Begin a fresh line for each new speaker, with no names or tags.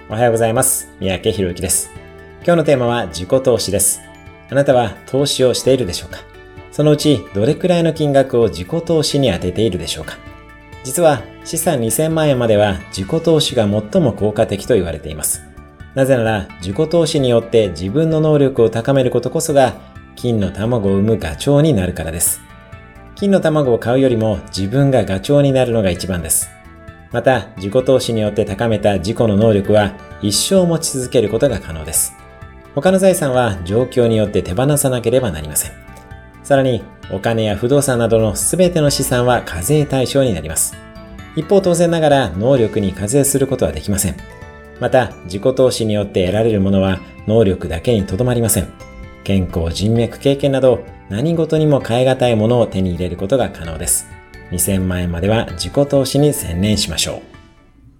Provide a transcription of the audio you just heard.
おはようございます。三宅宏之です。今日のテーマは自己投資です。あなたは投資をしているでしょうか？そのうちどれくらいの金額を自己投資に充てているでしょうか？実は資産2000万円までは自己投資が最も効果的と言われています。なぜなら自己投資によって自分の能力を高めることこそが金の卵を産むガチョウになるからです。金の卵を買うよりも自分がガチョウになるのが一番です。また自己投資によって高めた自己の能力は一生持ち続けることが可能です。他の財産は状況によって手放さなければなりません。さらにお金や不動産などのすべての資産は課税対象になります。一方当然ながら能力に課税することはできません。また自己投資によって得られるものは能力だけにとどまりません。健康、人脈、経験など何事にも代え難いものを手に入れることが可能です。2000万円までは自己投資に専念しましょう。